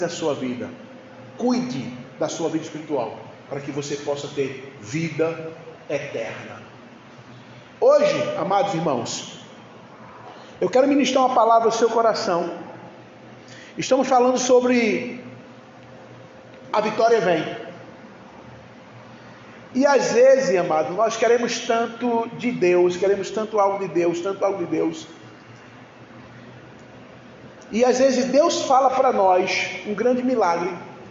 a sua vida. Cuide da sua vida espiritual, para que você possa ter vida eterna. Hoje, amados irmãos, eu quero ministrar uma palavra ao seu coração. Estamos falando sobre a vitória vem. E às vezes, amados, nós queremos tanto de Deus, queremos tanto algo de Deus, tanto algo de Deus. E às vezes Deus fala para nós um grande milagre.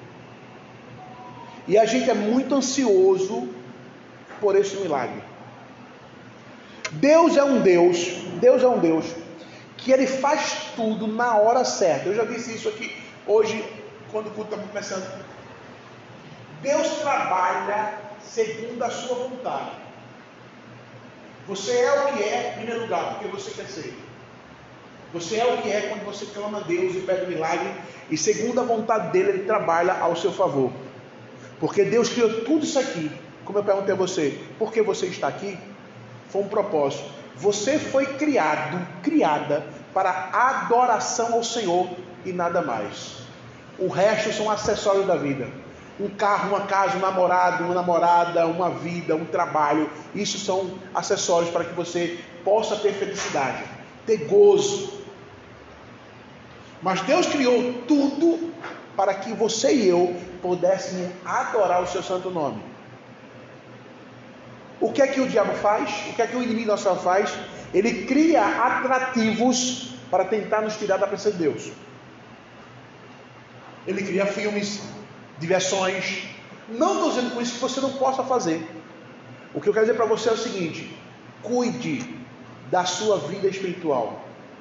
E a gente é muito ansioso por esse milagre. Deus é um Deus que Ele faz tudo na hora certa. Eu já disse isso aqui hoje, quando o culto está começando. Deus trabalha segundo a sua vontade. Você é o que é, em primeiro lugar, porque você quer ser. Você é o que é quando você clama a Deus e pede um milagre, e segundo a vontade dele, Ele trabalha ao seu favor. Porque Deus criou tudo isso aqui. Como eu perguntei a você, por que você está aqui? Foi um propósito. Você foi criada para adoração ao Senhor e nada mais. O resto são acessórios da vida. Um carro, uma casa, um namorado, uma namorada, uma vida, um trabalho. Isso são acessórios para que você possa ter felicidade, ter gozo. Mas Deus criou tudo para que você e eu pudéssemos adorar o seu santo nome. O que é que o diabo faz? O que é que o inimigo nosso faz? Ele cria atrativos para tentar nos tirar da presença de Deus. Ele cria filmes, diversões. Não estou dizendo com isso que você não possa fazer. O que eu quero dizer para você é o seguinte: cuide da sua vida espiritual.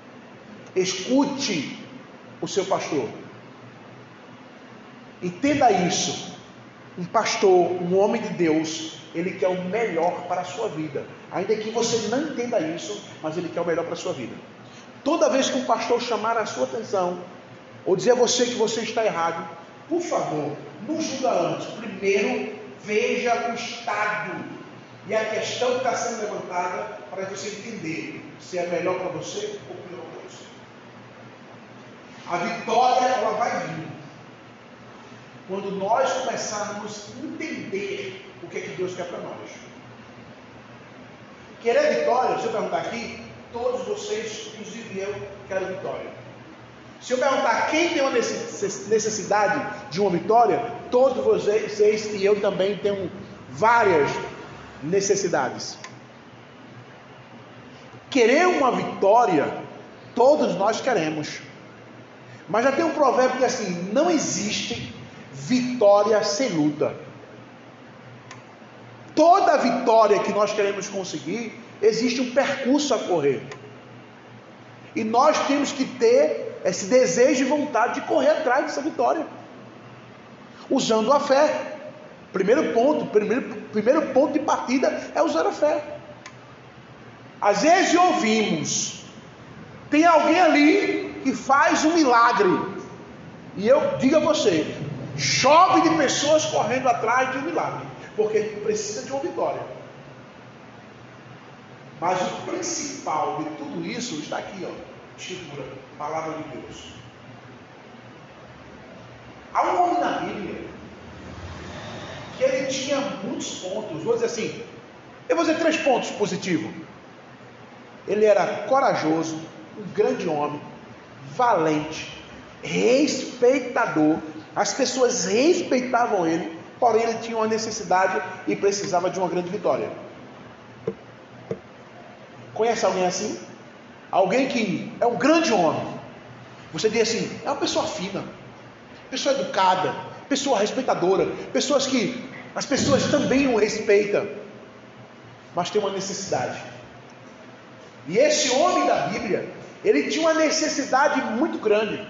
Escute o seu pastor. Entenda isso. Um pastor, um homem de Deus, ele quer o melhor para a sua vida. Ainda que você não entenda isso, mas ele quer o melhor para a sua vida. Toda vez que um pastor chamar a sua atenção, ou dizer a você que você está errado, por favor, não julga antes. Primeiro, veja o estado e a questão que está sendo levantada, para você entender se é melhor para você ou pior para você. A vitória, ela vai vir quando nós começarmos a entender o que é que Deus quer para nós. Querer vitória, se eu perguntar aqui, todos vocês, inclusive eu, quero vitória. Se eu perguntar quem tem uma necessidade de uma vitória, todos vocês e eu também temos várias necessidades. Querer uma vitória, todos nós queremos. Mas já tem um provérbio que é assim: não existe vitória sem luta. Toda vitória que nós queremos conseguir, existe um percurso a correr. E nós temos que ter esse desejo e vontade de correr atrás dessa vitória, usando a fé. Primeiro ponto de partida é usar a fé. Às vezes ouvimos, tem alguém ali que faz um milagre, e eu digo a você, chove de pessoas correndo atrás de um milagre, porque precisa de uma vitória. Mas o principal de tudo isso está aqui, ó, Escritura, Palavra de Deus. Há um homem na Bíblia que ele tinha muitos pontos. Vou dizer assim, eu vou dizer 3 pontos positivos. Ele era corajoso, um grande homem, valente, respeitador. As pessoas respeitavam ele, porém ele tinha uma necessidade e precisava de uma grande vitória. Conhece alguém assim? Alguém que é um grande homem. Você diz assim, é uma pessoa fina, pessoa educada, pessoa respeitadora, pessoas que as pessoas também o respeitam, mas tem uma necessidade. E esse homem da Bíblia, ele tinha uma necessidade muito grande.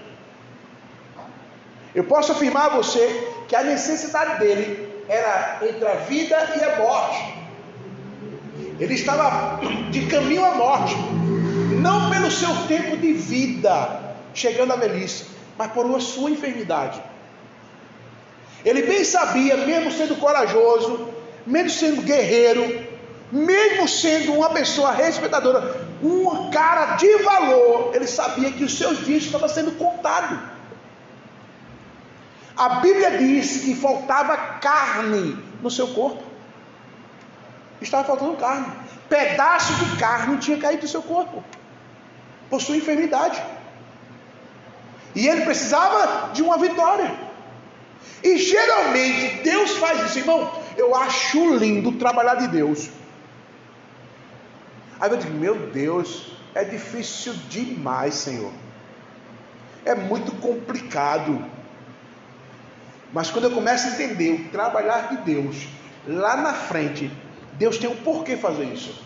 Eu posso afirmar a você que a necessidade dele era entre a vida e a morte. Ele estava de caminho à morte, não pelo seu tempo de vida, chegando à velhice, mas por uma sua enfermidade. Ele bem sabia, mesmo sendo corajoso, mesmo sendo guerreiro, mesmo sendo uma pessoa respeitadora, um cara de valor, ele sabia que os seus dias estavam sendo contados. A Bíblia diz que faltava carne no seu corpo. Estava faltando carne. Pedaço de carne tinha caído do seu corpo, por sua enfermidade. E ele precisava de uma vitória. E geralmente Deus faz isso, irmão. Eu acho lindo trabalhar de Deus. Aí eu digo, meu Deus, é difícil demais, Senhor. É muito complicado. Mas quando eu começo a entender o trabalhar de Deus, lá na frente, Deus tem um porquê fazer isso.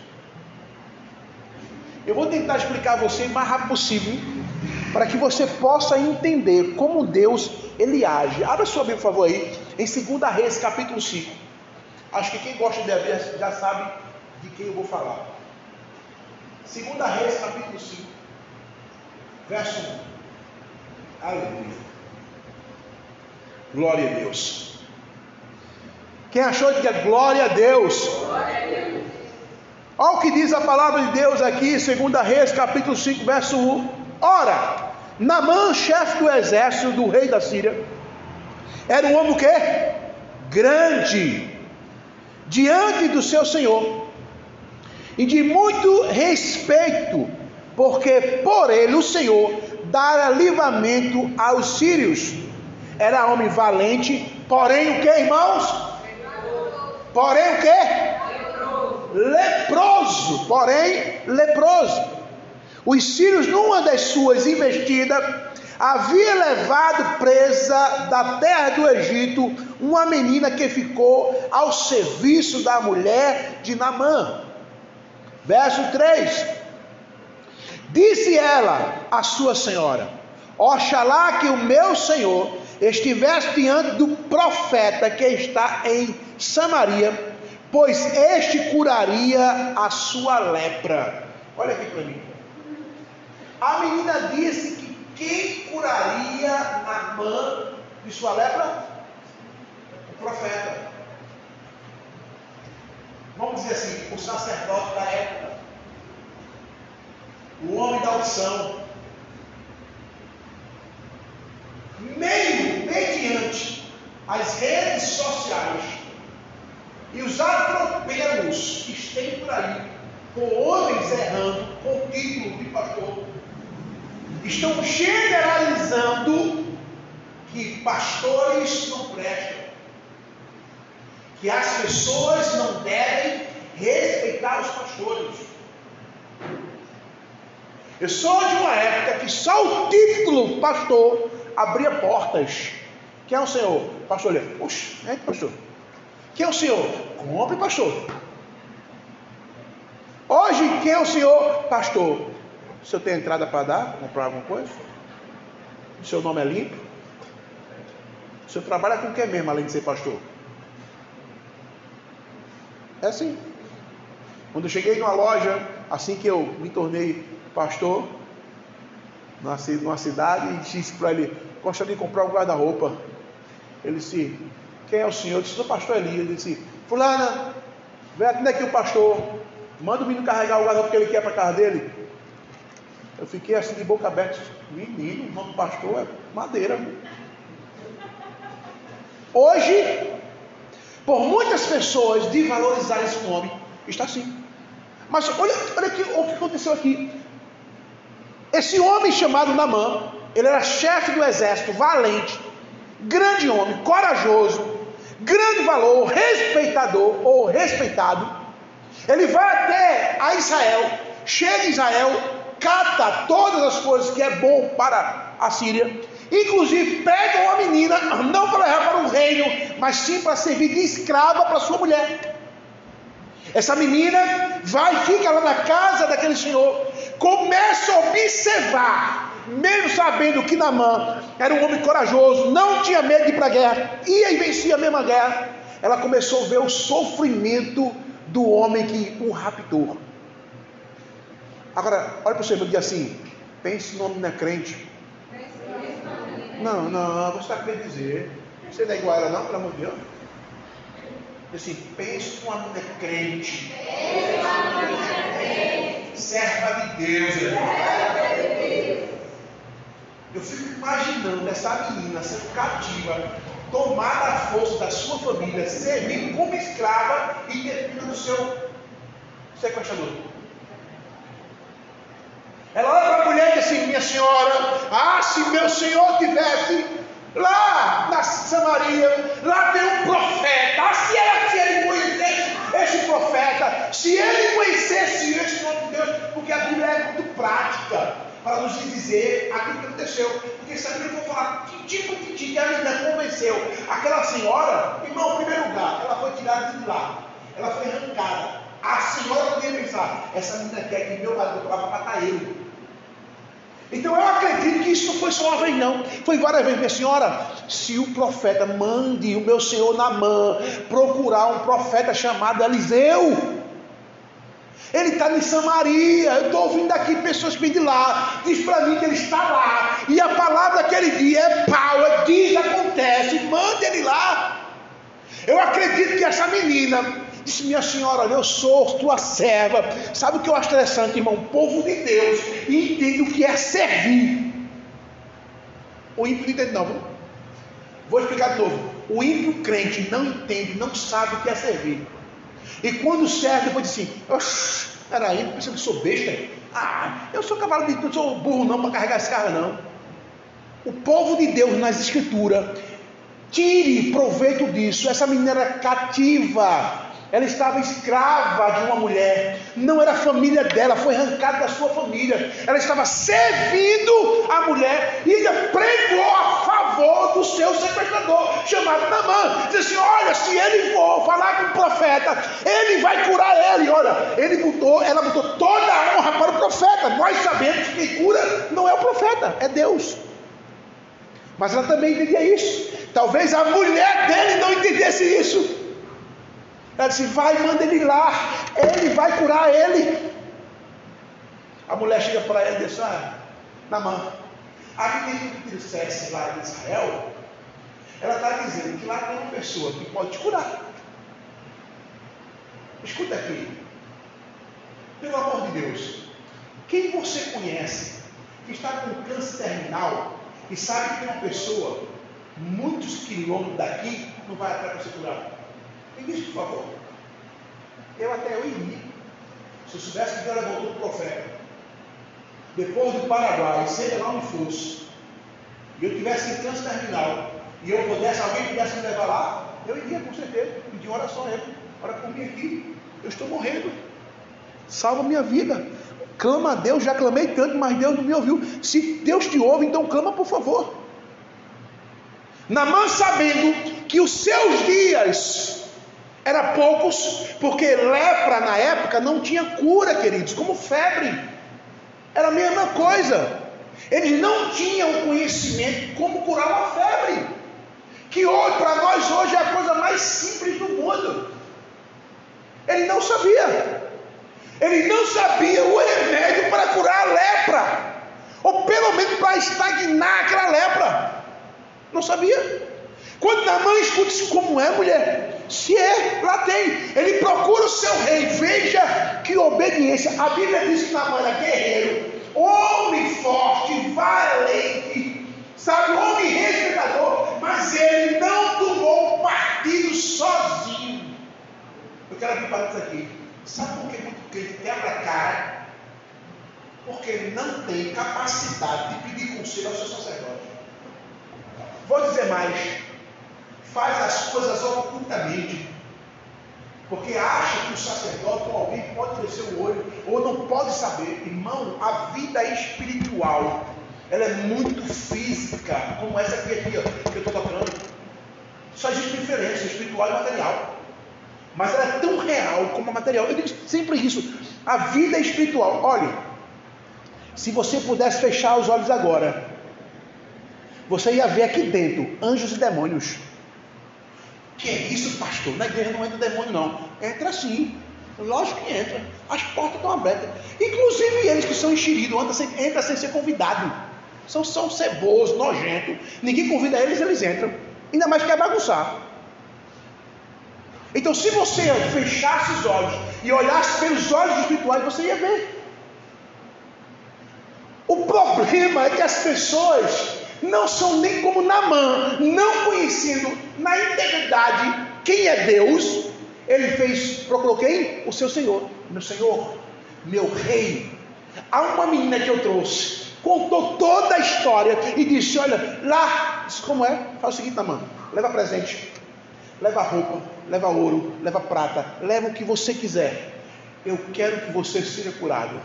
Eu vou tentar explicar a você o mais rápido possível, para que você possa entender como Deus, Ele age. Abra sua Bíblia, por favor, aí, em 2 Reis, capítulo 5. Acho que quem gosta de Bíblia já sabe de quem eu vou falar. 2 Reis, capítulo 5, verso 1. Aleluia. Glória a Deus. Quem achou, diga glória a Deus. Glória a Deus. Olha o que diz a palavra de Deus aqui, 2 Reis, capítulo 5, verso 1. Ora, Naamã, chefe do exército do rei da Síria, era um homem o quê? Grande, diante do seu senhor, e de muito respeito, porque por ele o Senhor dara livramento aos sírios. Era homem valente, porém o que, irmãos? Porém o que? Leproso. Porém leproso. Os sírios, numa das suas investidas, havia levado presa da terra do Egito uma menina que ficou ao serviço da mulher de Naamã. Verso 3. Disse ela à sua senhora: oxalá que o meu senhor estivesse diante do profeta que está em Samaria, pois este curaria a sua lepra. Olha aqui para mim. A menina disse que quem curaria Naamã de sua lepra? O profeta. Vamos dizer assim, o sacerdote da época, o homem da unção. Mediante as redes sociais e os atropelos que tem por aí, com homens errando, com o título de pastor, estão generalizando que pastores não prestam, que as pessoas não devem respeitar os pastores. Eu sou de uma época que só o título pastor abria portas. Quem é o senhor? Pastor, olha, puxa, é pastor. Quem é o senhor? Compre, pastor. Hoje, quem é o senhor? Pastor. O senhor tem entrada para dar? Comprar alguma coisa? O seu nome é limpo? O senhor trabalha com o que mesmo, além de ser pastor? É assim. Quando eu cheguei numa loja, assim que eu me tornei pastor, numa cidade, e disse para ele: gostaria de comprar um guarda-roupa. Ele disse: quem é o senhor? Eu disse: sou o pastor Elias. Ele disse: fulana, vem aqui o pastor, manda o menino carregar o guarda-roupa que ele quer para a casa dele. Eu fiquei assim de boca aberta. Menino, o nome do pastor é madeira. Hoje, por muitas pessoas desvalorizar esse nome, está assim. Mas olha aqui, o que aconteceu aqui. Esse homem chamado Naamã, ele era chefe do exército, valente, grande homem, corajoso, grande valor, respeitador ou respeitado. Ele vai até a Israel, chega em Israel, cata todas as coisas que é bom para a Síria, inclusive pega uma menina, não para levar para o reino, mas sim para servir de escrava para sua mulher. Essa menina vai e fica lá na casa daquele senhor, começa a observar, mesmo sabendo que Naamã era um homem corajoso, não tinha medo de ir para a guerra, ia e vencia a mesma guerra. Ela começou a ver o sofrimento do homem que o raptou. Agora, olha para você e diga assim: pense no homem não é crente. Não, você está querendo dizer, você não é igual a ela não, pelo amor de Deus. Assim, pense numa mulher crente, serva de Deus, irmão. Eu fico imaginando essa menina sendo cativa, tomada à força da sua família, servindo como escrava e dependendo do seu sequestrador. Ela olha para a mulher e diz assim: minha senhora, se meu senhor tivesse lá na Samaria, lá tem um profeta, se ele conhecesse esse profeta, se ele conhecesse esse nome de Deus, porque a Bíblia é muito prática para nos dizer aquilo que aconteceu. Porque se a Bíblia for falar que a menina convenceu aquela senhora, irmão, em primeiro lugar, ela foi tirada de lá, ela foi arrancada. A senhora podia pensar: essa menina quer que meu marido vá matar ele. Então eu acredito que isso não foi só uma vez, não, foi várias vezes. Minha senhora, se o profeta mande o meu senhor Naamã procurar um profeta chamado Eliseu, ele está em Samaria, eu estou ouvindo aqui pessoas que vêm de lá, diz para mim que ele está lá, e a palavra que ele diz é power, diz, acontece, mande ele lá. Eu acredito que essa menina disse: minha senhora, eu sou tua serva. Sabe o que eu acho interessante, irmão? O povo de Deus entende o que é servir. O ímpio não entende, não, viu? Vou explicar de novo. O ímpio crente não entende, não sabe o que é servir. E quando serve, depois diz assim: peraí, não pensa que eu sou besta? Eu sou cavalo de tudo, sou burro não para carregar esse carro, não. O povo de Deus nas escrituras, tire proveito disso. Essa menina era cativa, ela estava escrava de uma mulher, não era a família dela, foi arrancada da sua família. Ela estava servindo a mulher e ainda pregou a favor do seu sequestrador, chamado Naamã. Diz assim: olha, se ele for falar com o profeta, ele vai curar ele. Olha, ela botou toda a honra para o profeta. Nós sabemos que quem cura não é o profeta, é Deus. Mas ela também entendia isso. Talvez a mulher dele não entendesse isso. Ela disse: vai, manda ele lá, ele vai curar ele. A mulher chega para ele e diz: Naamã, a menina que dissesse lá em Israel, ela está dizendo que lá tem uma pessoa que pode te curar. Escuta aqui, pelo amor de Deus, quem você conhece que está com câncer terminal e sabe que tem uma pessoa muitos quilômetros daqui, não vai até para se curar? Me diz, por favor. Eu iria. Se eu soubesse que Deus levantou o profeta depois do Paraguai, seja lá onde fosse, e eu tivesse em câncer terminal, e alguém pudesse me levar lá, eu iria com certeza, pedir oração a ele: ora por mim aqui, eu estou morrendo, salva a minha vida. Clama a Deus, já clamei tanto, mas Deus não me ouviu. Se Deus te ouve, então clama, por favor. Naamã, sabendo que os seus dias eram poucos, porque lepra na época não tinha cura, queridos, como febre, era a mesma coisa. Eles não tinham conhecimento de como curar uma febre, que hoje, para nós hoje, é a coisa mais simples do mundo. Ele não sabia. Ele não sabia o remédio para curar a lepra, ou pelo menos para estagnar aquela lepra. Não sabia. Quando Naamã escuta isso: como é, mulher? Se é, lá tem. Ele procura o seu rei. Veja que obediência. A Bíblia diz que Naamã era guerreiro, homem forte, valente, sabe, homem respeitador, mas ele não tomou partido sozinho. Eu quero abrir para isso aqui. Sabe por que muito crente quebra a cara? Porque ele não tem capacidade de pedir conselho ao seu sacerdote. Vou dizer mais: faz as coisas ocultamente, porque acha que o sacerdote ou alguém pode descer o olho, ou não pode saber. Irmão, a vida espiritual, ela é muito física, como essa aqui que eu estou tocando. Só existe diferença espiritual e material, mas ela é tão real como a material. Eu digo sempre isso: a vida espiritual. Olhe, se você pudesse fechar os olhos agora, você ia ver aqui dentro anjos e demônios. Que é isso, pastor? Na igreja não entra demônio, não. Entra sim, lógico que entra. As portas estão abertas. Inclusive eles que são enxeridos entram sem ser convidado. São cebosos, nojentos. Ninguém convida eles, eles entram. Ainda mais que é bagunçar. Então, se você fechasse os olhos e olhasse pelos olhos espirituais, você ia ver. O problema é que as pessoas não são nem como Naamã, não conhecendo na integridade quem é Deus. Ele procurou quem? O seu Senhor. Meu Senhor, meu rei. Há uma menina que eu trouxe, contou toda a história e disse: olha, lá, disse, como é? Faz o seguinte, Naamã, leva presente, leva roupa, leva ouro, leva prata, leva o que você quiser. Eu quero que você seja curado.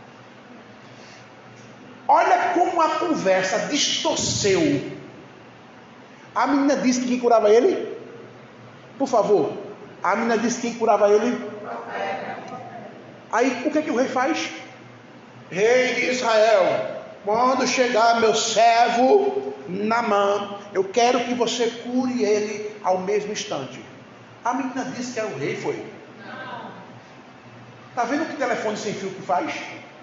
Olha como a conversa distorceu. A menina disse que quem curava ele? Por favor. A menina disse que quem curava ele? Aí o que é que o rei faz? Rei de Israel, quando chegar meu servo Naamã, eu quero que você cure ele ao mesmo instante. A menina disse que era o rei, foi? Está vendo que telefone sem fio que faz?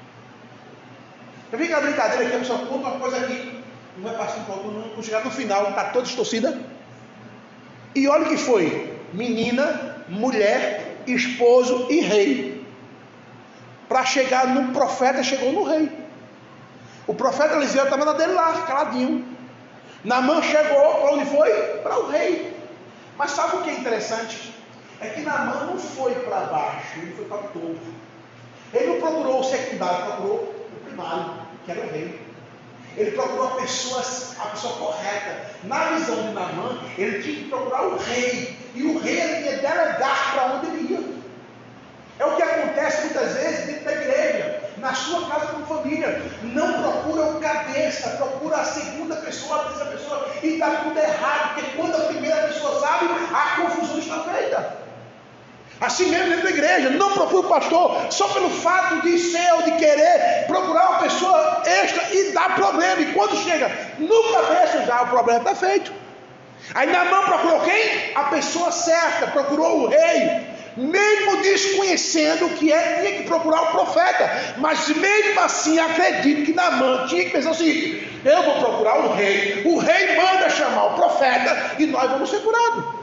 Eu vi que a brincadeira aqui, a pessoa conta uma coisa aqui, não vai passar um pouco, não chegar no final, está toda distorcida. E olha o que foi: menina, mulher, esposo e rei. Para chegar no profeta, chegou no rei. O profeta Eliseu estava na dele lá, caladinho. Naamã chegou, para onde foi? Para o rei. Mas sabe o que é interessante? É que Naamã não foi para baixo, ele foi para o topo. Ele não procurou o secundário, procurou o primário, que era o rei. Ele procurou a pessoa correta. Na visão de Naamã, ele tinha que procurar o rei. E o rei ele ia delegar para onde ele ia. É o que acontece muitas vezes dentro da igreja, na sua casa como família. Não procura o cabeça, procura a segunda pessoa, a terceira pessoa, e está tudo errado, porque quando a primeira pessoa sabe, a confusão está feita. Assim mesmo dentro da igreja, não procura o pastor só pelo fato de ser ou de querer procurar uma pessoa extra e dar problema. E quando chega no cabeça, já o problema está feito. Aí Naamã procurou quem? A pessoa certa, procurou o rei. Mesmo desconhecendo que tinha que procurar o profeta, mas mesmo assim acredito que Naamã tinha que pensar o seguinte: eu vou procurar o rei manda chamar o profeta e nós vamos ser curados.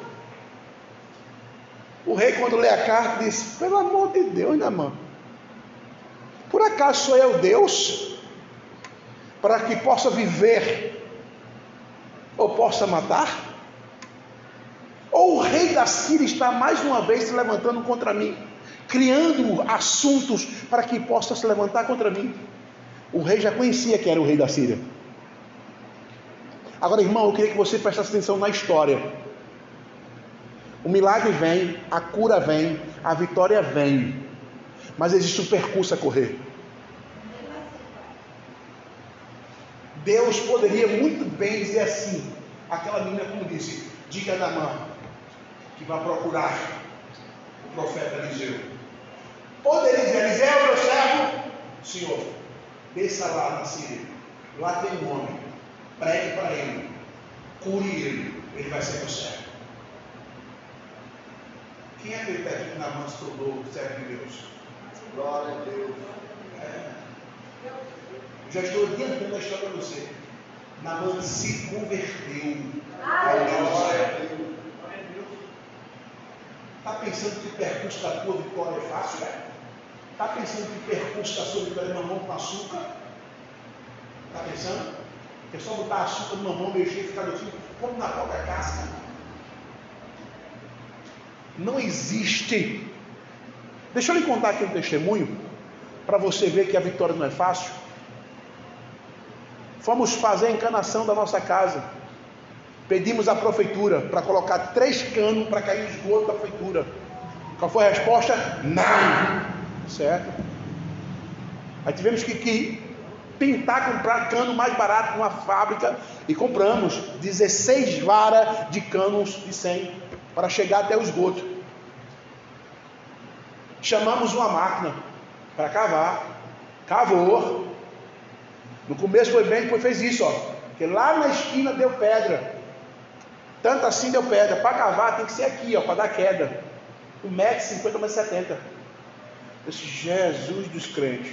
O rei, quando lê a carta, diz: pelo amor de Deus, Naamã, por acaso sou eu Deus para que possa viver ou possa matar? Ou o rei da Síria está mais uma vez se levantando contra mim, criando assuntos para que possa se levantar contra mim? O rei já conhecia que era o rei da Síria. Agora, irmão, eu queria que você prestasse atenção na história. O milagre vem, a cura vem, a vitória vem, mas existe um percurso a correr. Deus poderia muito bem dizer assim, aquela menina como disse: diga a Naamã que vai procurar o profeta Eliseu. Poderia dizer: Eliseu, meu servo, Senhor, desça lá na Síria, lá tem um homem, pregue para ele, cure ele vai ser meu servo. Quem acredita que Naamã se tornou servo de Deus? Glória a Deus. Já estou adiantando a história para você. Naamã se converteu ao Deus. Está pensando que o percurso da tua vitória é fácil? Está pensando que o percurso da sua vitória é mamão com açúcar? Está pensando? Que é só botar açúcar no mamão, mexer e ficar docinho, como na própria casca? Não existe. Deixa eu lhe contar aqui um testemunho, para você ver que a vitória não é fácil. Fomos fazer a encanação da nossa casa. Pedimos à prefeitura para colocar 3 canos para cair no esgoto da prefeitura. Qual foi a resposta? Não. Certo? Aí tivemos que tentar comprar cano mais barato numa fábrica e compramos 16 varas de canos de 100 para chegar até o esgoto. Chamamos uma máquina para cavar. Cavou. No começo foi bem, depois fez isso, ó. Porque lá na esquina deu pedra. Tanto assim deu pedra. Para cavar tem que ser aqui, ó, para dar queda. 1,50 m, 1,70 m. Esse Jesus dos crentes.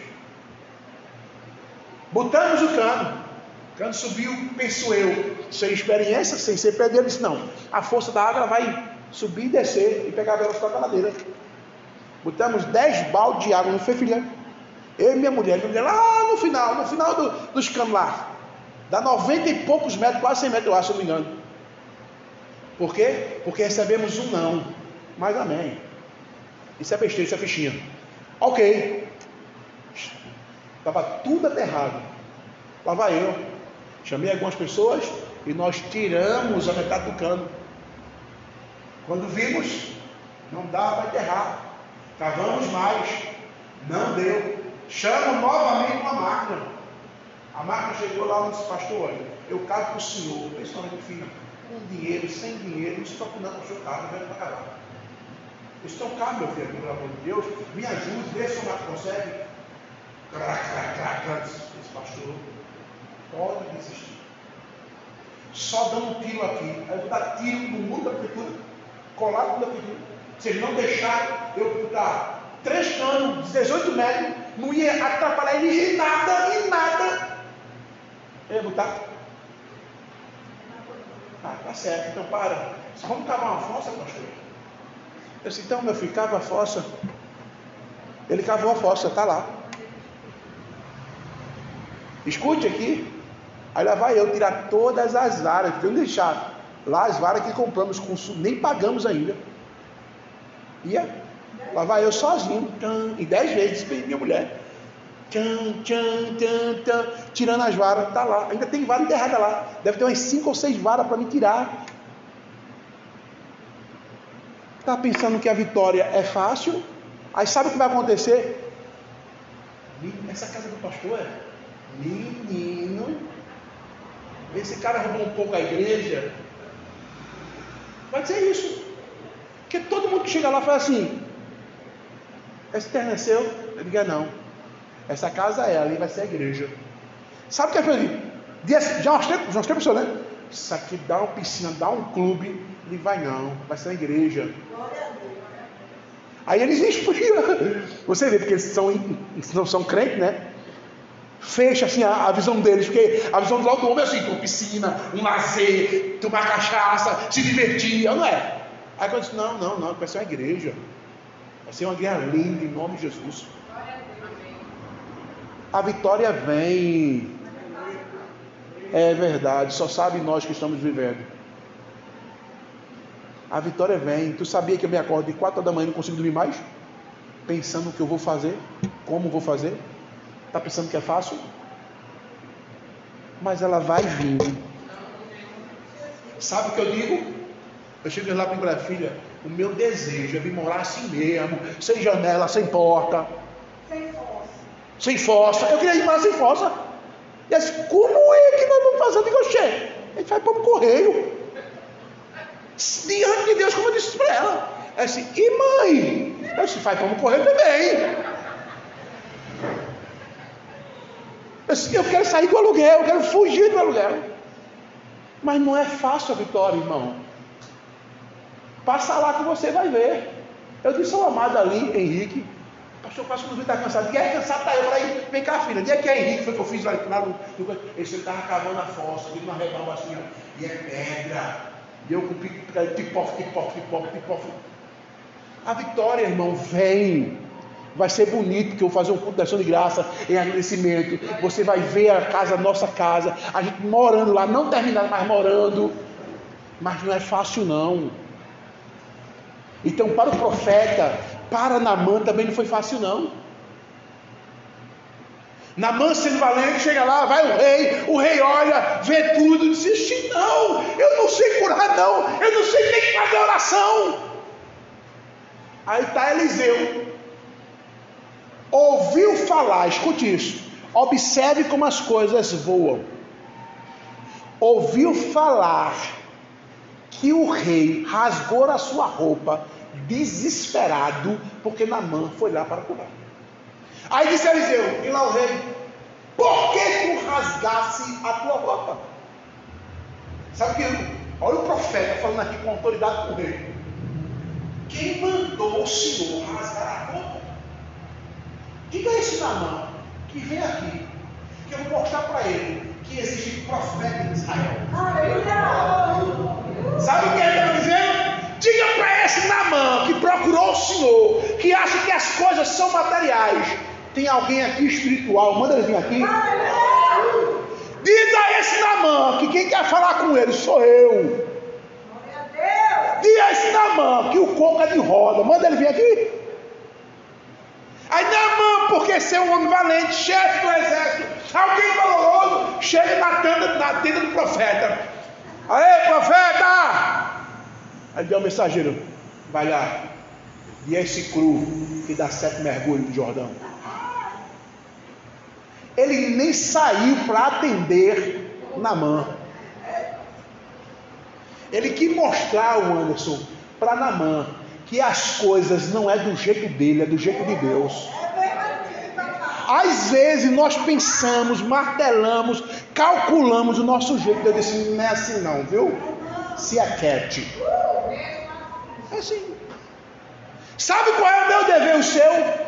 Botamos o cano. O cano subiu, penso eu, sem experiência, sem ser pedreiro, disse: não, a força da água vai subir e descer e pegar a velocidade da ladeira. Botamos 10 baldes de água, não foi, filha? Eu e minha mulher lá no final dos canos lá. Dá 90 e poucos metros, quase 100 metros, eu acho, se eu não me engano. Por quê? Porque recebemos um não. Mas amém. Isso é besteira, isso é fichinha. Ok. Estava tudo aterrado. Lá vai eu. Chamei algumas pessoas e nós tiramos a metade do cano. Quando vimos, não dava para enterrar. Cavamos mais. Não deu. Chamo novamente uma máquina. A máquina chegou lá e disse: pastor, olha, eu cavo para o senhor, principalmente filho, com dinheiro, sem dinheiro, não estou não para o senhor cavo, não vai acabar. Isso não cabe, meu filho, pelo amor de Deus, me ajude, vê se o máquina consegue. Esse pastor, pode desistir. Só dando um tiro aqui. Aí eu vou dar tiro no muro da prefeitura, colado da prefeitura. Se eles não deixarem eu botar 3 canos, 18 metros, não ia atrapalhar ele em nada. Eu ia botar. Tá certo, então para. Vamos cavar uma fossa, pastor? Eu disse: então, meu filho, cava a fossa. Ele cavou a fossa, está lá. Escute aqui. Aí lá vai eu tirar todas as varas. Vamos deixar lá as varas que compramos, nem pagamos ainda. Lá vai eu sozinho, e 10 vezes minha mulher. Tirando as varas, está lá. Ainda tem vara enterrada lá. Deve ter umas 5 ou 6 varas para me tirar. Está pensando que a vitória é fácil? Aí sabe o que vai acontecer? Essa casa do pastor é menino. Esse cara roubou um pouco a igreja. Vai dizer isso. Porque todo mundo que chega lá fala assim: esse terreno é seu? Eu digo: não. Essa casa é, ali vai ser a igreja. Sabe o que é feliz? Já mostrei para pessoas, né? Isso aqui dá uma piscina, dá um clube. Ele vai não, vai ser a igreja. Aí eles expiram. Você vê, porque eles não são crentes, né? Fecha assim a visão deles, porque a visão do lado do homem é assim: com piscina, um lazer, tomar cachaça, se divertir, não é? Aí quando eu disse: não, vai ser uma igreja. Vai ser uma igreja linda, em nome de Jesus. A vitória vem. É verdade, só sabe nós que estamos vivendo. A vitória vem. Tu sabia que eu me acordo de 4 da manhã e não consigo dormir mais? Pensando o que eu vou fazer, como vou fazer. Está pensando que é fácil? Mas ela vai vir. Sabe o que eu digo? Eu chego lá para minha filha: o meu desejo é vir morar assim mesmo, sem janela, sem porta, sem fossa. Eu queria ir morar sem fossa. E ela disse: como é que nós vamos fazer? Eu digo: oxê, a gente vai para um correio. Diante de Deus, como eu disse para ela. Ela disse: e mãe? Eu disse: vai para um correio também. Eu quero sair do aluguel, eu quero fugir do aluguel. Mas não é fácil a vitória, irmão. Passa lá que você vai ver. Eu disse ao amado ali, Henrique: pastor, quase que não está cansado. Ninguém é cansado, está eu para ir. Vem cá, filha. Dia que é Henrique, foi que eu fiz lá no ele estava cavando a fossa, ele não arredava assim, e é pedra. E eu com pipoca. A vitória, irmão, vem. Vai ser bonito, que eu vou fazer um culto de ação de graça em agradecimento. Você vai ver a casa, nossa casa, a gente morando lá, não terminado, mas morando. Mas não é fácil não. Então para o profeta, para Naamã também não foi fácil não. Naamã sendo valente, chega lá, vai o rei olha, vê tudo, diz: não, eu não sei curar não, eu não sei nem fazer oração. Aí está Eliseu. Ouviu falar, escute isso, observe como as coisas voam. Ouviu falar que o rei rasgou a sua roupa, desesperado, porque Naamã foi lá para curar. Aí disse Eliseu, e lá o rei: por que tu rasgasse a tua roupa? Sabe que, olha o profeta falando aqui com autoridade com o rei: quem mandou o senhor rasgar a roupa? Diga a esse Naamã que vem aqui, que eu vou mostrar para ele que existe profeta em Israel. Sabe o que ele está dizendo? Diga para esse Naamã que procurou o Senhor, que acha que as coisas são materiais: Tem alguém aqui espiritual, manda ele vir aqui. Diz a esse Naamã que quem quer falar com ele sou eu. Diz a esse Naamã que o coco é de roda, manda ele vir aqui. Aí Naamã, porque ser um homem valente, chefe do exército, alguém valoroso, chega na tenda do profeta. Aê, profeta! Aí deu o mensageiro, vai lá, e esse cru que dá 7 mergulhos no Jordão. Ele nem saiu para atender Naamã. Ele quis mostrar, o Anderson, para Naamã, que as coisas não é do jeito dele, é do jeito de Deus. Às vezes nós pensamos, martelamos, calculamos o nosso jeito. Deus disse, não é assim não, viu? Se aquiete. É assim. Sabe qual é o meu dever, o seu?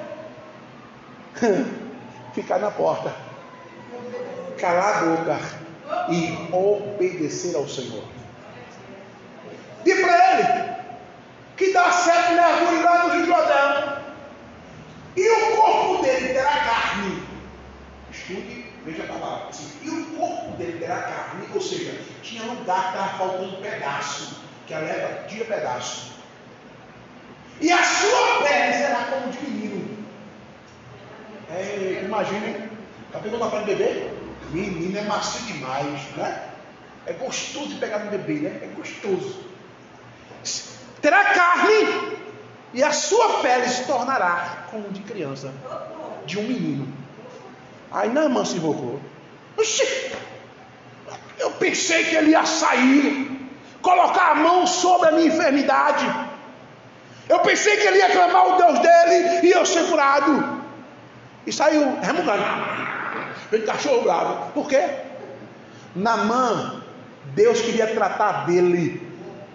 Ficar na porta, calar a boca e obedecer ao Senhor. Diz para ele que dá 7 mergulhos lá no Rio Jordão, e o corpo dele terá carne. Estude, veja a palavra. E o corpo dele terá carne, ou seja, tinha lugar que estava faltando um pedaço, que a leva tira pedaço. E a sua pele será como de menino. Imagine, já pegou na pele de bebê? Menino é macio demais, né? É gostoso de pegar no bebê, né? É gostoso. Terá carne e a sua pele se tornará como de criança, de um menino. Aí Naamã se invocou. Oxi, eu pensei que ele ia sair, colocar a mão sobre a minha enfermidade. Eu pensei que ele ia clamar o Deus dele e eu ser curado. E saiu remugando, feito cachorro bravo. Por quê? Naamã, Deus queria tratar dele.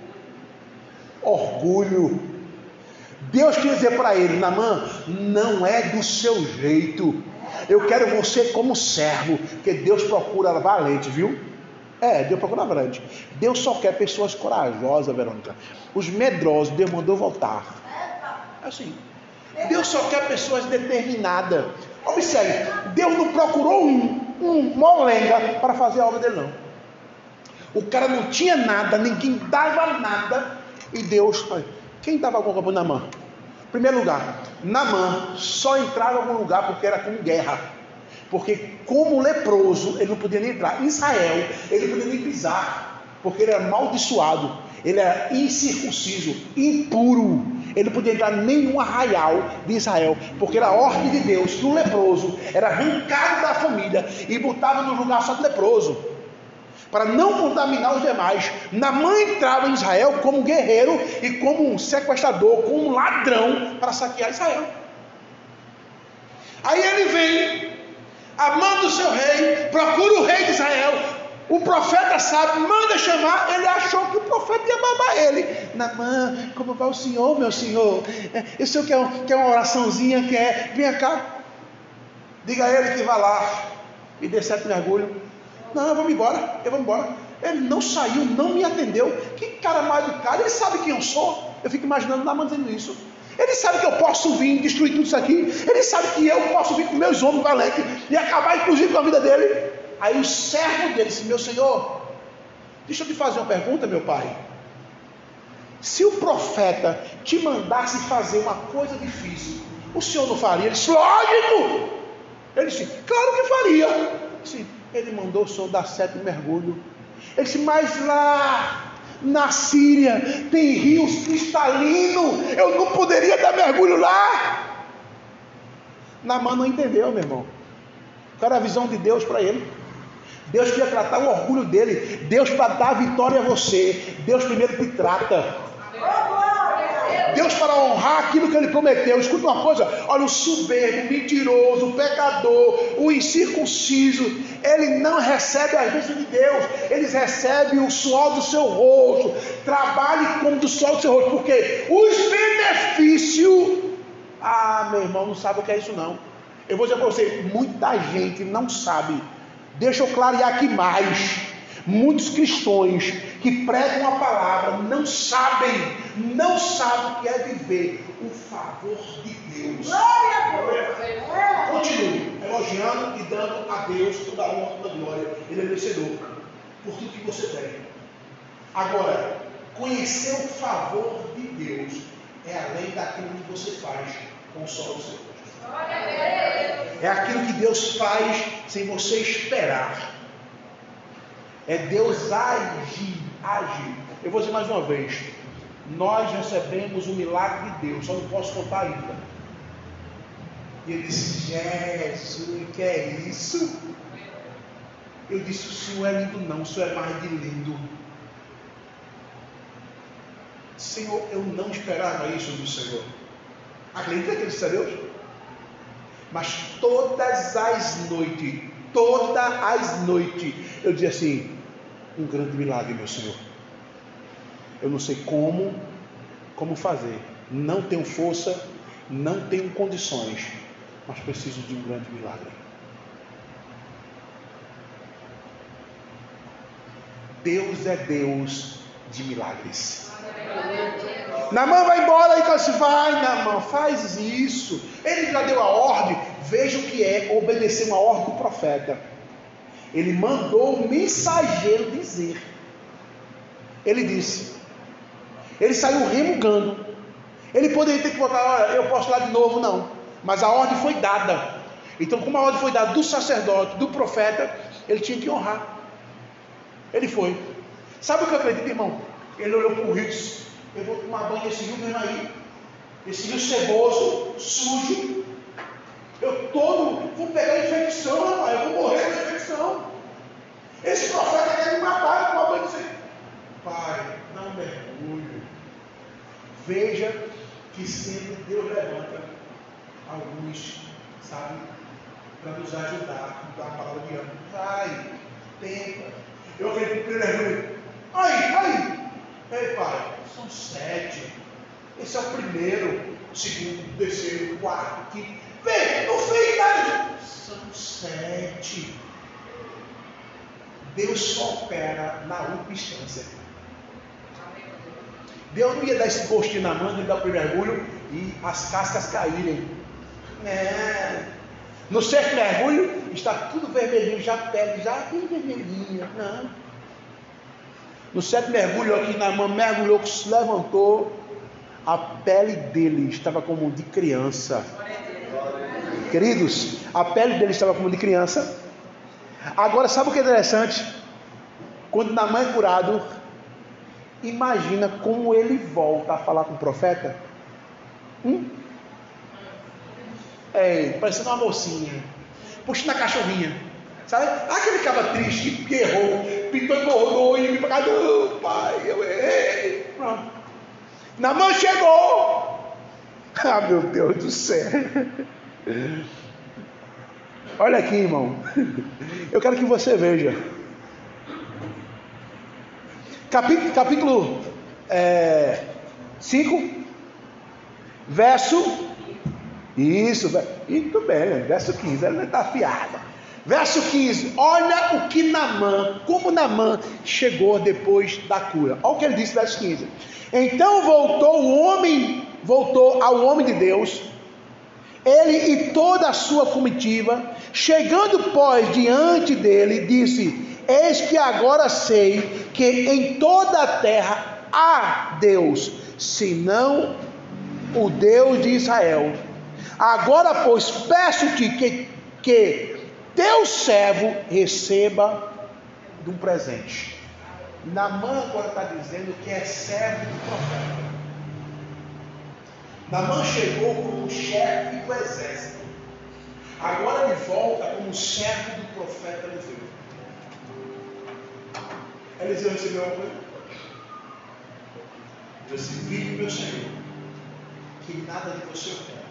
Orgulho. Deus queria dizer para ele, Naamã, não é do seu jeito. Eu quero você como servo, porque Deus procura valente, viu? Deus procura valente. Deus só quer pessoas corajosas, Verônica. Os medrosos, Deus mandou voltar. Assim. Deus só quer pessoas determinadas. Observe, Deus não procurou um molenga para fazer a obra dele, não. O cara não tinha nada, ninguém dava nada. E Deus, quem dava com o Naamã? Em primeiro lugar, Naamã só entrava em algum lugar porque era com guerra. Porque como leproso, ele não podia nem entrar. Em Israel, ele não podia nem pisar, porque ele era amaldiçoado. Ele era incircunciso, impuro. Ele não podia entrar em nenhum arraial de Israel, porque era a ordem de Deus que o leproso era arrancado da família e botava no lugar só de leproso, para não contaminar os demais. Naamã entrava em Israel como um guerreiro e como um sequestrador, como um ladrão, para saquear Israel. Aí ele vem, amando o seu rei, procura o rei de Israel. O profeta sabe, manda chamar. Ele achou que o profeta ia babar ele. Naamã, como vai o senhor, meu senhor? O senhor quer uma oraçãozinha? Quer? Vem cá. Diga a ele que vá lá e dê 7 mergulhos. Não, eu vou embora. Ele não saiu, não me atendeu. Que cara mal educado. Ele sabe quem eu sou. Eu fico imaginando Naamã dizendo isso. Ele sabe que eu posso vir destruir tudo isso aqui. Ele sabe que eu posso vir com meus homens valentes e acabar inclusive com a vida dele. Aí o servo dele disse, meu senhor, deixa eu te fazer uma pergunta, meu pai. Se o profeta te mandasse fazer uma coisa difícil, o senhor não faria? Ele disse, lógico. Ele disse, claro que faria. Ele mandou o senhor dar 7 mergulhos. Ele disse, mas lá na Síria tem rios cristalinos, eu não poderia dar mergulho lá? Naamã não entendeu, meu irmão. Qual era a visão de Deus para ele? Deus queria tratar o orgulho dele. Deus, para dar vitória a você, Deus primeiro te trata. Deus, para honrar aquilo que ele prometeu. Escuta uma coisa, olha, o soberbo, o mentiroso, o pecador, o incircunciso, ele não recebe as bênçãos de Deus. Eles recebem o suor do seu rosto. Trabalhe como do suor do seu rosto, porque os benefícios, meu irmão, não sabe o que é isso não. Eu vou dizer para você, muita gente não sabe. Deixa eu clarear aqui mais. Muitos cristãos que pregam a palavra não sabem o que é viver o favor de Deus. Continue elogiando e dando a Deus toda a honra e toda a glória. Ele é merecedor por tudo que você tem. Agora, conhecer o favor de Deus é além daquilo que você faz com o sol do seu rosto. É aquilo que Deus faz sem você esperar. É Deus agir. Eu vou dizer mais uma vez. Nós recebemos o milagre de Deus. Só não posso contar ainda. E ele disse: Jesus, que é isso? Eu disse: o Senhor é lindo não, o Senhor é mais de lindo. Senhor, eu não esperava isso do Senhor. Acredita que ele disse a Deus? Mas todas as noites, eu dizia assim: um grande milagre, meu Senhor. Eu não sei como fazer. Não tenho força, não tenho condições, mas preciso de um grande milagre. Deus é Deus de milagres. Naamã vai embora e disse: vai, Naamã, faz isso. Ele já deu a ordem. Veja o que é obedecer uma ordem do profeta. Ele mandou o mensageiro dizer. Ele disse. Ele saiu remugando. Ele poderia ter que voltar: olha, eu posso ir lá de novo, não. Mas a ordem foi dada. Então, como a ordem foi dada do sacerdote, do profeta, ele tinha que honrar. Ele foi. Sabe o que eu acredito, irmão? Ele olhou para o rio e disse: eu vou tomar banho nesse rio mesmo aí. Esse rio ceboso, sujo. Eu todo vou pegar infecção, rapaz. Eu vou morrer de infecção. Esse profeta quer me matar. Eu tomar banho nesse rio. Pai, não mergulhe. Veja que sempre Deus levanta alguns, sabe, para nos ajudar, nos dar a palavra de ânimo. Vai, tenta. Eu acredito que ele mergulhe. Aí. Ei, pai, são 7. Esse é o primeiro, o segundo, o terceiro, o quarto, o quinto. Vem, não fez nada. São 7. Deus só opera na última instância. Deus não ia dar esse gostinho na mão, ele dar o primeiro mergulho e as cascas caírem. No 6º mergulho está tudo vermelhinho, já a pele já bem vermelhinha. Não. No 7º mergulho, aqui Naamã mergulhou, se levantou, a pele dele estava como de criança. Queridos, a pele dele estava como de criança. Agora, sabe o que é interessante? Quando Naamã é curado, imagina como ele volta a falar com o profeta. Parecendo uma mocinha, puxando a cachorrinha, sabe? Aquele cara triste que errou, pintou e bordou e me pagou. Não, pai, eu errei. Pronto. Naamã chegou. Ah, meu Deus do céu. Olha aqui, irmão. Eu quero que você veja. Capítulo 5, verso. Isso, muito bem, verso 15, ela está afiada. Verso 15, olha o que Naamã, como Naamã chegou depois da cura. Olha o que ele disse, verso 15. Então voltou ao homem de Deus, ele e toda a sua comitiva, chegando pois diante dele, disse: eis que agora sei que em toda a terra há Deus, senão o Deus de Israel. Agora, pois, peço-te que teu servo receba de um presente. Naamã agora está dizendo que é servo do profeta. Naamã chegou como chefe do exército. Agora ele volta como servo do profeta Eliseu. Eliseu recebeu uma coisa? Disse: vive, meu Senhor, que nada de você eu quero.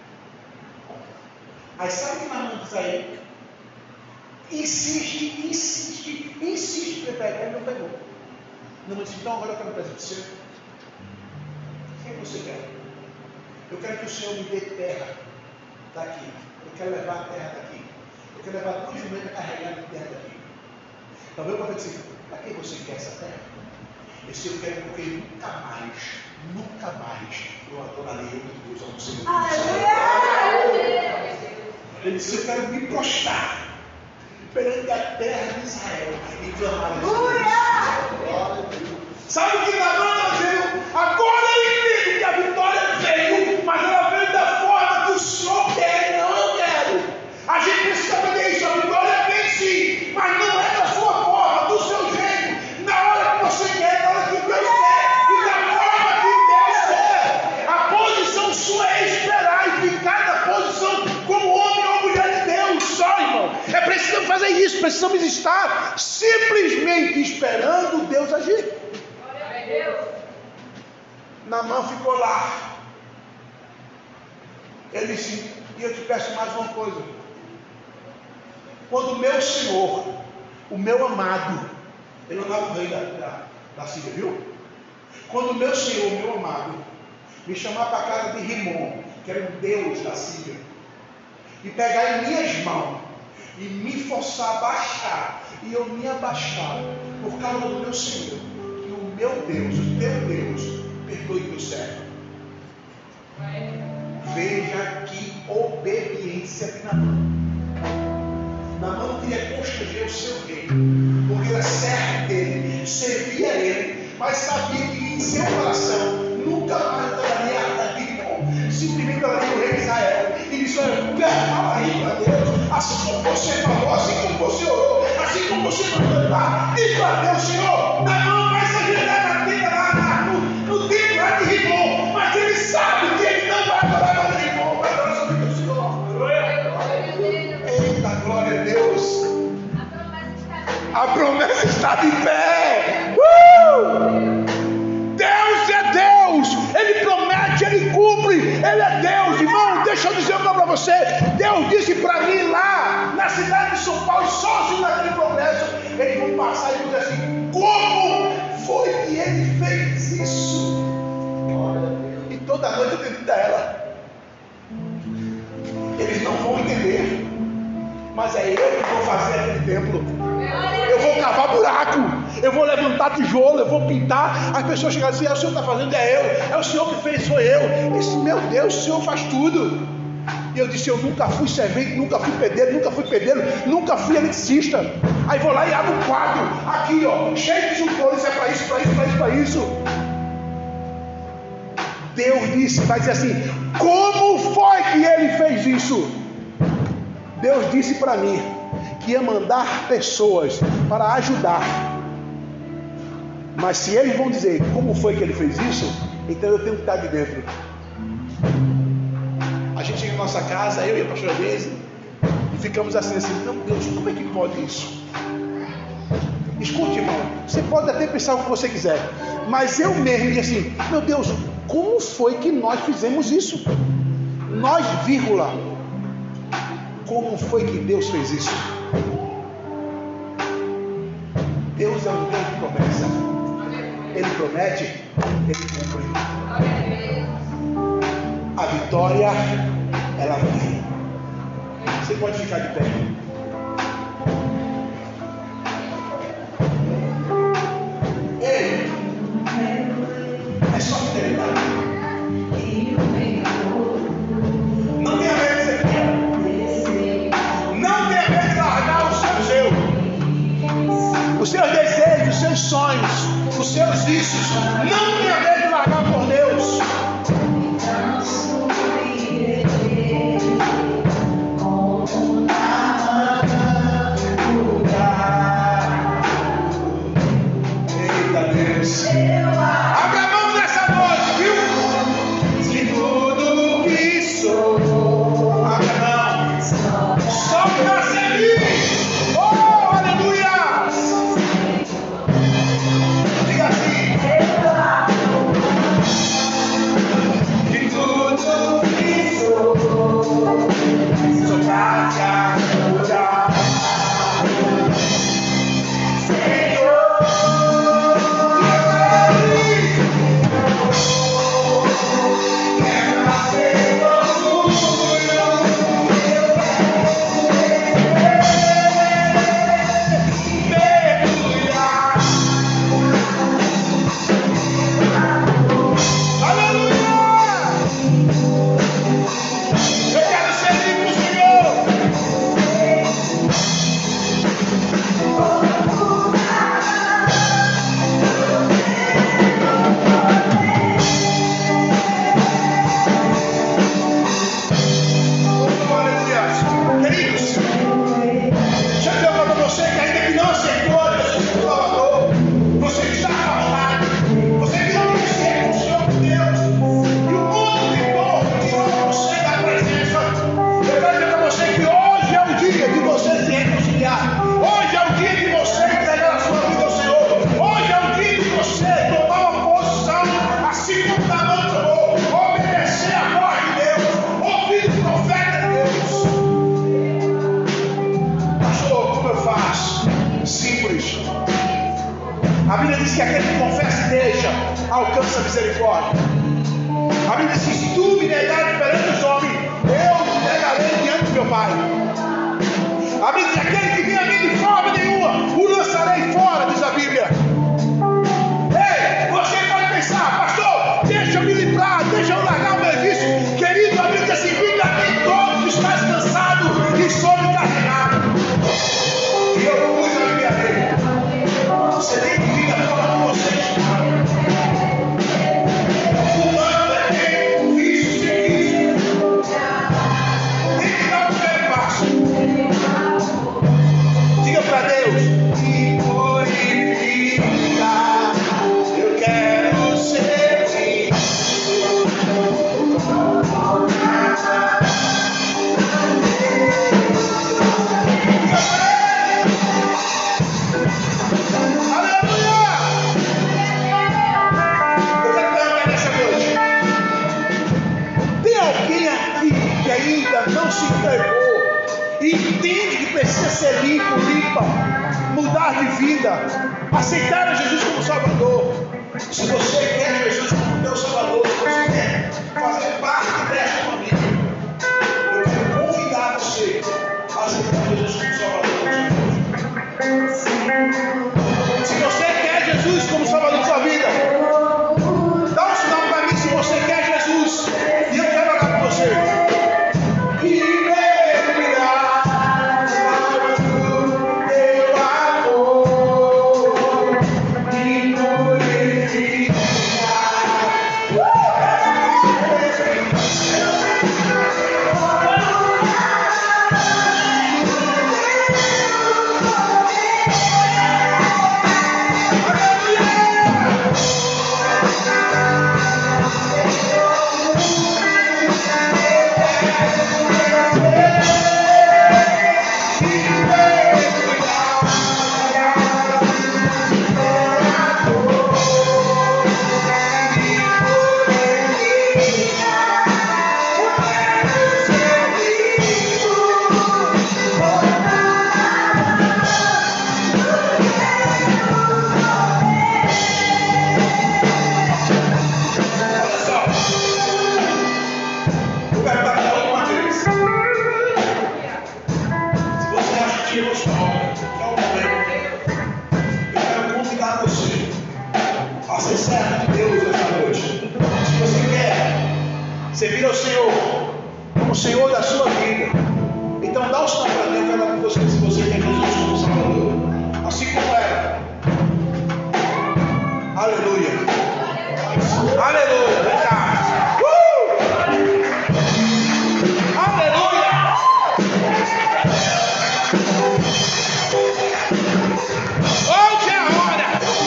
Aí sabe o que Naamã diz aí? Insiste, ele pega, ele não pegou. Naamã disse: então agora eu quero um presente seu. O que você quer? Eu quero que o Senhor me dê terra daqui. Eu quero levar a terra daqui. Eu quero levar 2 jumentos carregando terra daqui. Talvez o profeta disse: Para que você quer essa terra? Esse eu quero porque nunca mais eu adorarei outro Deus a não ser o Deus. Ele disse, eu quero me prostrar perante a terra de Israel e clamar a Deus. Sabe o que Naamã está dizendo? Agora eu entendo que a vitória veio, mas ela veio da forma que o Senhor quer, não eu quero. A gente precisa aprender isso, a vitória vem sim, mas não é da sua forma, do seu jeito, na hora que você quer, na hora que Deus quer, e da forma que Deus quer. A posição sua é esperar e ficar na posição como homem ou mulher de Deus, só, irmão. Precisamos fazer isso, precisamos estar simplesmente esperando Deus agir. Naamã ficou lá. Ele disse, e eu te peço mais uma coisa. Quando o meu Senhor, o meu amado, ele não era o rei da Síria, viu? Quando o meu Senhor, o meu amado, me chamar para a casa de Rimon, que era um deus da Síria, e pegar em minhas mãos, e me forçar a baixar, e eu me abaixar, por causa do meu Senhor, que o meu Deus, o teu Deus, perdoe teu servo. Veja que obediência de Naamã. Naamã não queria constranger o seu rei, porque era servo dele, servia a ele, mas sabia que em seu coração nunca mais daria a Rimon, simplesmente daria o rei de Israel. E disse, olha, fala aí para Deus, assim como você falou, assim como você orou, assim como você mandou lá, diz para Deus, Senhor, Naamã vai se ajeitar na tenda lá no templo lá de Rimon, mas ele sabe que ele não vai adorar para Rimon, vai adorar sobre o Senhor. Eita, glória a Deus. A promessa está de pé. Deus é Deus. Ele promete, Ele cumpre. Ele é Deus, irmão. Deixa eu dizer uma para você. Deus disse para mim lá na cidade de São Paulo, sozinho naquele congresso, eles vão passar e vão dizer assim, como foi que ele fez isso? E toda noite eu tenho que dar ela. Eles não vão entender, mas é eu que vou fazer aquele templo. Eu vou cavar buraco, eu vou levantar tijolo, eu vou pintar. As pessoas chegam assim, o Senhor está fazendo, é eu, é o Senhor que fez, sou eu. Esse meu Deus, o Senhor faz tudo. E eu disse, eu nunca fui servente, nunca fui pedreiro, nunca fui eletricista. Aí vou lá e abro um quadro, aqui ó, cheio de isopor, isso é para isso, para isso, para isso, para isso. Deus disse, vai dizer assim, como foi que ele fez isso? Deus disse para mim que ia mandar pessoas para ajudar. Mas se eles vão dizer como foi que ele fez isso, então eu tenho que estar de dentro. A gente chega na nossa casa, eu e a pastora Deise, e ficamos assim, não, Deus, como é que pode isso? Escute, irmão, você pode até pensar o que você quiser, mas eu mesmo digo assim, meu Deus, como foi que nós fizemos isso? Nós, vírgula, como foi que Deus fez isso? Deus é um Deus de promessa. Ele promete, Ele cumpre. A vitória, ela vem. Você pode ficar de pé. Ei, é só fidelidade. Não tenha medo de ser fiel. Não tenha medo de largar os seus desejos, os seus sonhos, os seus vícios. Não tenha medo de largar por Deus. Eita Deus. Abre a mão nessa noite, viu? De tudo que sou. Abre a mão. Só para servir. Oh, aleluia. Diga assim. misericórdia. A Bíblia diz: se tu me negares perante os homens, eu me negarei diante do meu Pai. A Bíblia diz: aquele que vem a mim de forma nenhuma, o lançarei fora, diz a Bíblia. Ei, você pode pensar: pastor, deixa eu me livrar, deixa eu largar o meu vício. Querido, a Bíblia diz assim: vinde a mim todos que estás cansado e sobrecarregado, e eu vos aliviarei. Você tem que vir da forma como você está. Fumando é tempo, vício é vício. Tem que dar o primeiro passo. Diga para Deus: me purifica, eu quero servir. Não se entregou e entende que precisa ser limpo, limpa, mudar de vida, aceitar a Jesus como Salvador. Se você quer Jesus como teu Salvador, se você quer fazer parte desta família, eu quero convidar você a aceitar Jesus como Salvador. Se você quer Jesus como Salvador da sua vida, dá um sinal para mim se você quer Jesus, e eu quero orar por você. Servir ao Senhor como Senhor da sua vida. Então dá um sinal para mim, eu quero falar com você se você quer Jesus como Salvador, assim como era. Aleluia. Aleluia. Vem cá. Aleluia. Hoje é a hora.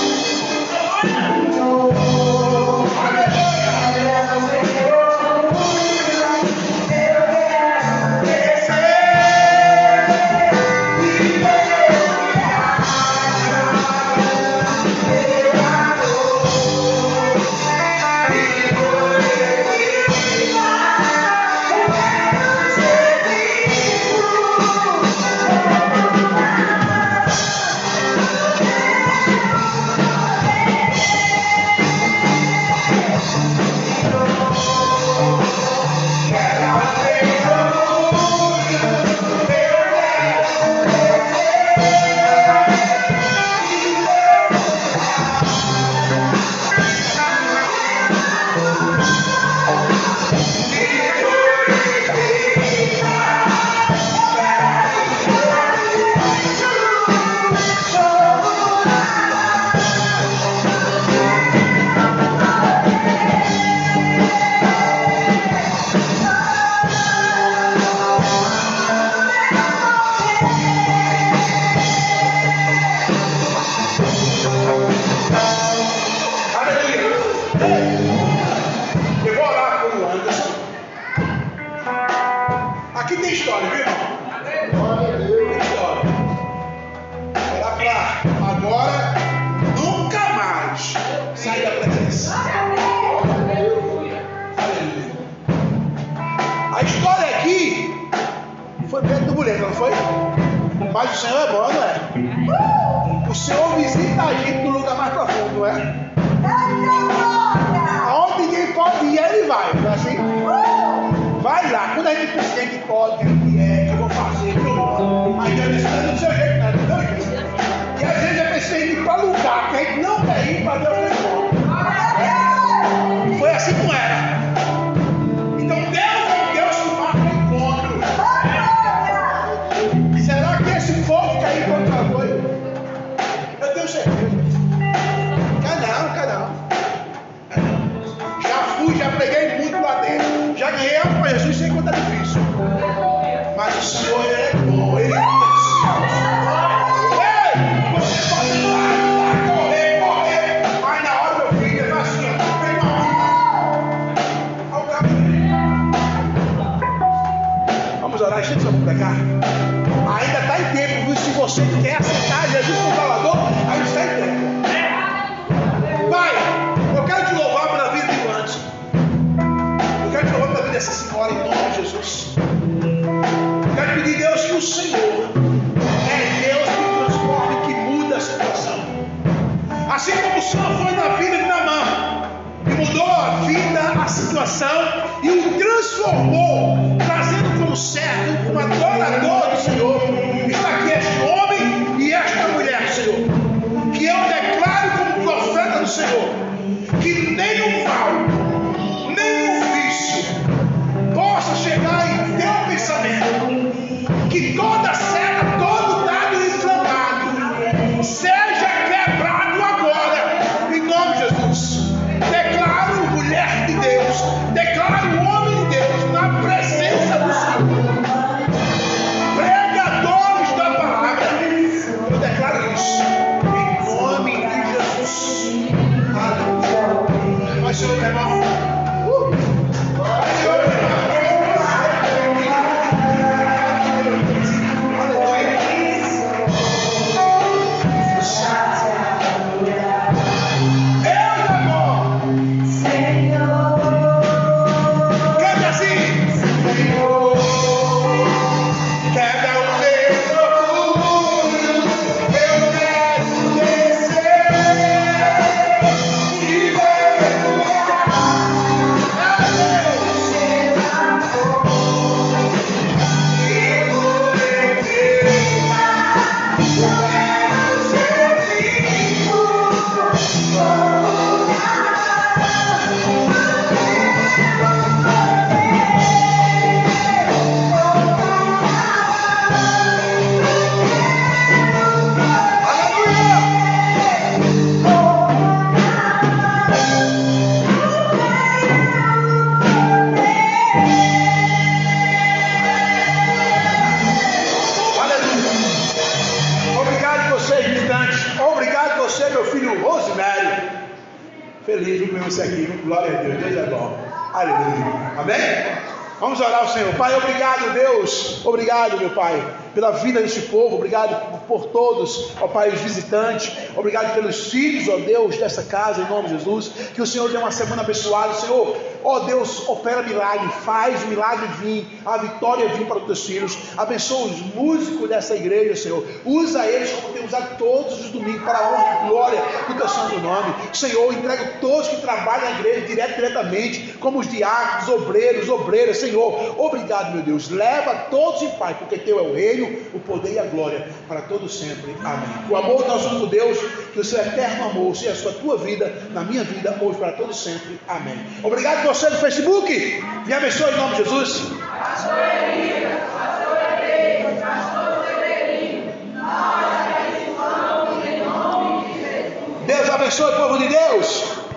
Aqui tem história, viu, irmão? Tem história. Será pra agora nunca mais sair da presença. Aleluia. A história aqui foi perto do boleto, não foi? Mas o Senhor é bom, não é? O Senhor visita a gente no lugar mais profundo, não é? pode, que é, que eu vou fazer, que eu não. Aí Deus disse, não do seu jeito, não, entendeu, igreja? E às vezes eu pensei em ir para lugar que a gente não quer ir para Deus responder. Foi assim com ela. Então Deus é um Deus que marca encontro. Será que esse povo quer encontrar coisa? Eu tenho certeza. Quer não. Já fui, já preguei muito lá dentro. Já ganhei algo para Jesus sem conta difícil. Mas o Senhor é bom, Ele é bom. Ei, você pode ir lá, correr. Mas na hora, meu filho, ele vai assim, ó. Vem uma mão. Olha o cabo. Vamos orar, estende sua mão para cá. Ainda está em tempo, viu? Se você quer aceitar Jesus como Salvador, ainda está em tempo. Pai, eu quero te louvar pela vida de Anderson. Eu quero te louvar pela vida dessa senhora em nome de Jesus. Eu quero pedir, Deus, que o Senhor é Deus que transforma e que muda a situação. Assim como o Senhor foi na vida de Naamã e mudou a vida, a situação e o transformou, trazendo como servo, como adorador do Senhor. Está aqui este homem e esta mulher, Senhor, que eu declaro como profeta do Senhor, que nenhum mal, nenhum vício possa chegar em teu pensamento, que toda seta, todo dado inflamado seja quebrado agora, em nome de Jesus. Declaro mulher de Deus, declaro homem de Deus na presença do Senhor, pregadores da palavra. Eu declaro isso em nome de Jesus. Aleluia. Vai, Senhor, meu irmão. Vai, Senhor, meu irmão. Glória a Deus, Deus é bom. Aleluia. Amém? Vamos orar ao Senhor. Pai, obrigado, Deus. Obrigado, meu Pai, pela vida deste povo. Obrigado por todos, ó Pai, os visitantes. Obrigado pelos filhos, ó Deus, dessa casa, em nome de Jesus. Que o Senhor dê uma semana abençoada. Senhor, ó Deus, opera milagre. Faz o milagre vir, a vitória vir para os teus filhos. Abençoa os músicos dessa igreja, Senhor. Usa eles como tem usado todos os domingos para a honra e glória do teu santo nome. Senhor, entrega todos que trabalham na igreja diretamente, como os diáconos, obreiras, Senhor. Obrigado, meu Deus. Leva todos em paz, porque teu é o reino, o poder e a glória para todos sempre. Amém. O amor do nosso único Deus, que o seu eterno amor seja a sua tua vida, na minha vida, hoje para todos sempre. Amém. Obrigado por você no Facebook. Me abençoe em nome de Jesus. Deus abençoe o povo de Deus.